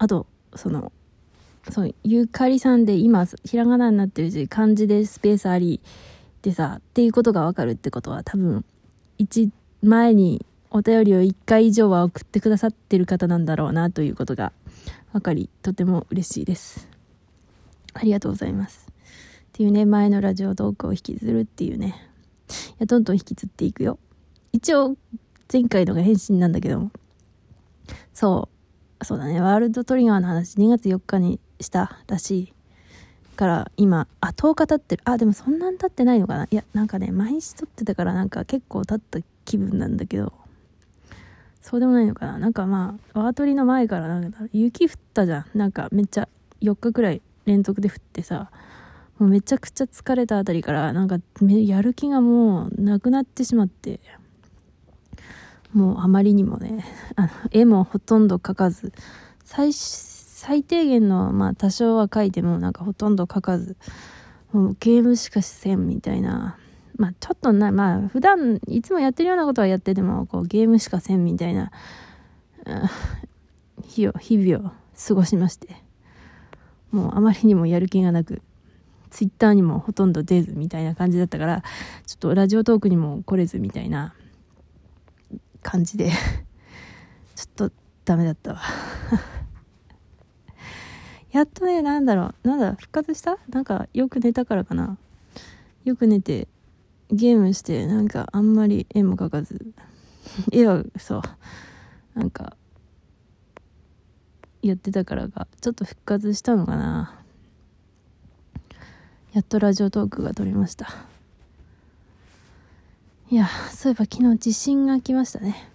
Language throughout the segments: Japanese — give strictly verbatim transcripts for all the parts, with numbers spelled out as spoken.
あとそのそうゆかりさんで今ひらがなになってるし漢字でスペースありでさっていうことがわかるってことは、多分一前にお便りをいっかい以上は送ってくださってる方なんだろうなということがわかり、とても嬉しいです。ありがとうございますっていうね、前のラジオトークを引きずるっていうね、いやどんどん引きずっていくよ。一応前回のが返信なんだけども、そうそうだね、ワールドトリガーの話にがつよっかにしたらしいから今あとおか経ってる。あでもそんなん経ってないのかな。いやなんかね毎日撮ってたからなんか結構経った気分なんだけど、そうでもないのかな。なんかまあワートリの前からなんか雪降ったじゃん。なんかめっちゃよっかくらい連続で降ってさ、もうめちゃくちゃ疲れたあたりからなんかやる気がもうなくなってしまって、もうあまりにもね、あの絵もほとんど描かず、最最低限のまあ多少は描いてもなんかほとんど描かず、もうゲームしかせんみたいな。まあちょっとな、まあ普段いつもやってるようなことはやっててもこうゲームしかせんみたいな、うん、日を日々を過ごしまして、もうあまりにもやる気がなく、ツイッターにもほとんど出ずみたいな感じだったから、ちょっとラジオトークにも来れずみたいな感じでちょっとダメだったわやっとね、なんだろうなんだ復活した。なんかよく寝たからかな。よく寝てゲームして、なんかあんまり絵も描かず絵はそうなんかやってたからがちょっと復活したのかな。やっとラジオトークが撮れました。いやそういえば昨日地震が来ましたね。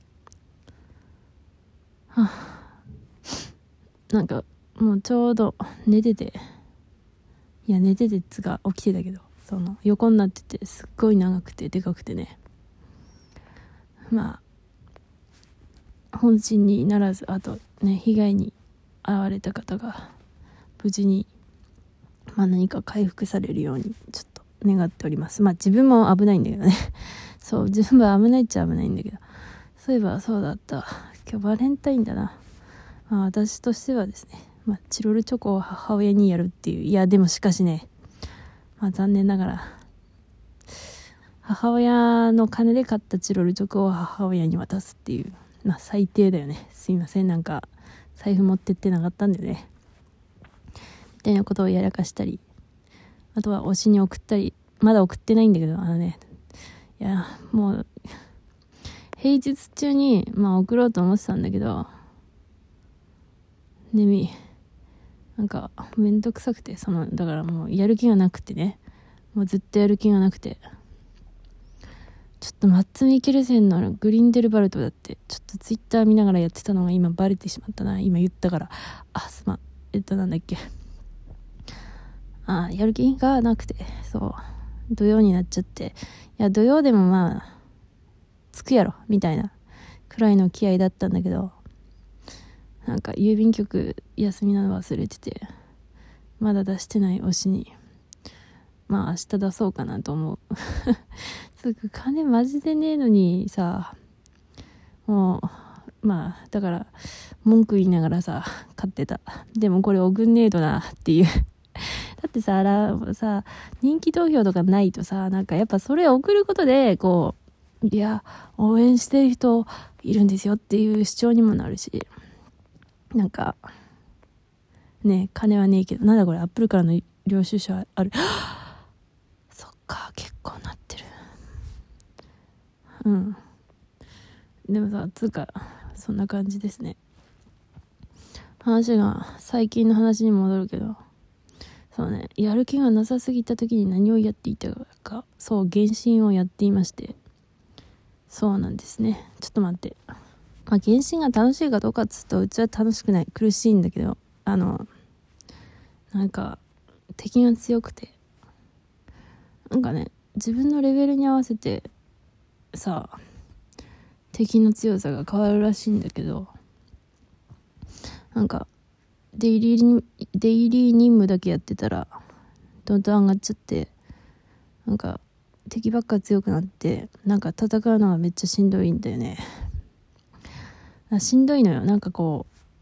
はあ、なんかもうちょうど寝てて、いや寝ててつが起きてたけど、その横になっててすっごい長くてでかくてね、まあ本震にならず、あとね被害に遭われた方が無事にまあ何か回復されるようにちょっと願っております。まあ自分も危ないんだけどねそう自分は危ないっちゃ危ないんだけど、そういえばそうだった、今日バレンタインだな。まあ私としてはですね、まあ、チロルチョコを母親にやるっていう。いやでもしかしね、まあ残念ながら母親の金で買ったチロルチョコを母親に渡すっていう、まあ最低だよね。すいません、なんか財布持ってってなかったんでねみたいなことをやらかしたり、あとは推しに送ったり、まだ送ってないんだけど、あのね、いやもう平日中にまあ送ろうと思ってたんだけど、でみなんかめんどくさくて、そのだからもうやる気がなくてね、もうずっとやる気がなくて、ちょっとマッツ・ミケルセンのグリンデルバルトだってちょっとツイッター見ながらやってたのが今バレてしまったな。今言ったから、あすまん、えっとなんだっけ、あやる気がなくて、そう土曜になっちゃって、いや土曜でもまあつくやろみたいなくらいの気合だったんだけど、なんか郵便局休みなの忘れてて、まだ出してない推しにまあ明日出そうかなと思うつうか金マジでねえのにさ、もうまあだから文句言いながらさ買ってた。でもこれ送んねえとなっていうだってさらさ人気投票とかないとさ、なんかやっぱそれを送ることでこう、いや応援してる人いるんですよっていう主張にもなるし、なんかね、金はねえけど、なんだこれアップルからの領収書あるそっか結構なってる。うんでもさつうかそんな感じですね。話が最近の話に戻るけど、そうね、やる気がなさすぎた時に何をやっていたか、そう原神をやっていまして、そうなんですね。ちょっと待って、まあ原神が楽しいかどうかっつうと、うちは楽しくない、苦しいんだけど、あのなんか敵が強くて、なんかね自分のレベルに合わせてさ敵の強さが変わるらしいんだけど、なんかデイリーデイリー任務だけやってたらどんどん上がっちゃって、なんか敵ばっか強くなって、なんか戦うのがめっちゃしんどいんだよね。しんどいのよ。なんかこ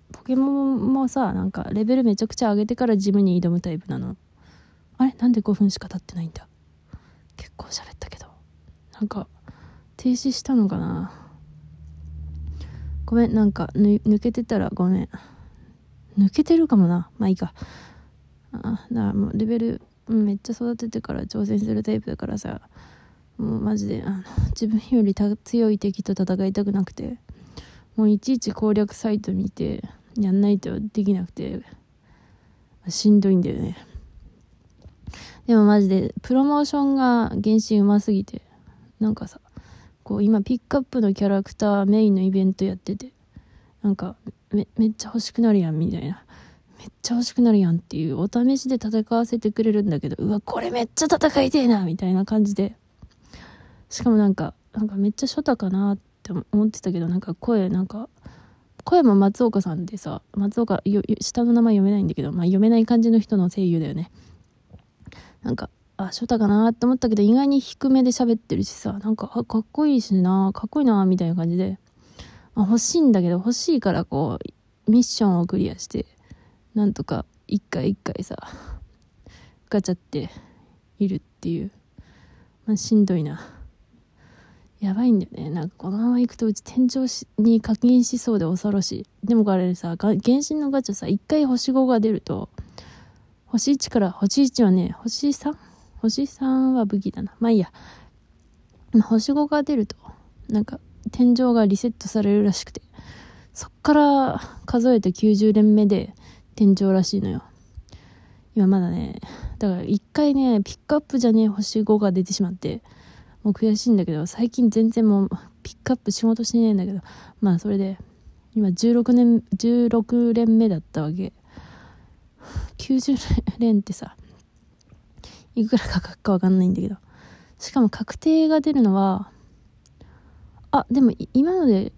ポケモンもさ、なんかレベルめちゃくちゃ上げてからジムに挑むタイプなの。あれなんでごふんしか経ってないんだ。結構喋ったけど、なんか停止したのかな。ごめん、なんか抜けてたらごめん。抜けてるかもな。まあいいか。あ、だからもうレベル、うん、めっちゃ育ててから挑戦するタイプだからさ、もうマジであの自分より強い敵と戦いたくなくて、もういちいち攻略サイト見てやんないとできなくてしんどいんだよね。でもマジでプロモーションが原神うますぎて、なんかさ、こう今ピックアップのキャラクターメインのイベントやってて、なんか め, めっちゃ欲しくなるやんみたいな、めっちゃ欲しくなるやんっていうお試しで戦わせてくれるんだけど、うわこれめっちゃ戦いてえなみたいな感じで、しかもなんかなんかめっちゃ初太かなって思ってたけど、なんか声なんか声も松岡さんでさ、松岡よ下の名前読めないんだけど、まあ読めない感じの人の声優だよね。なんかあ初太かなって思ったけど、意外に低めで喋ってるしさ、なんかあかっこいいしな、かっこいいなみたいな感じで、まあ、欲しいんだけど、欲しいからこうミッションをクリアしてなんとか一回一回さガチャっているっていう、まあ、しんどいな。やばいんだよね。なんかこのまま行くとうち天井に課金しそうで恐ろしい。でもこれさ、原神のガチャさ、一回星ごが出ると星いちから星いちはね、星 さん? 星さんは武器だな。まあいいや。星ごが出るとなんか天井がリセットされるらしくて、そっから数えてきゅうじゅう連目で天井らしいのよ。今まだね、だから一回ねピックアップじゃねえ星ごが出てしまって、もう悔しいんだけど、最近全然もうピックアップ仕事してねえんだけど、まあそれで今じゅうろくねんじゅうろく連目だったわけ。きゅうじゅう連ってさ、いくらかかるかわかんないんだけど、しかも確定が出るのは、あでも今ので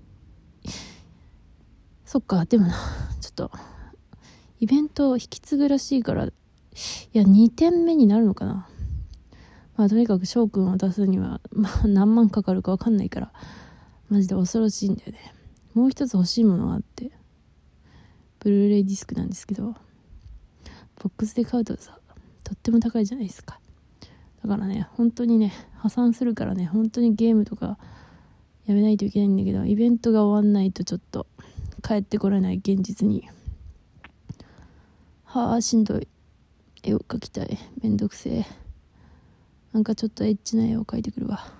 そっか、でもなちょっとイベントを引き継ぐらしいから、いやにてんめになるのかな。まあとにかく翔くんを出すには、まあ、何万かかるか分かんないから、マジで恐ろしいんだよね。もう一つ欲しいものがあって、ブルーレイディスクなんですけど、ボックスで買うとさとっても高いじゃないですか。だからね本当にね破産するからね、本当にゲームとかやめないといけないんだけど、イベントが終わんないとちょっと帰ってこれない現実に、はあしんどい。絵を描きたい、めんどくせえ。なんかちょっとエッチな絵を描いてくるわ。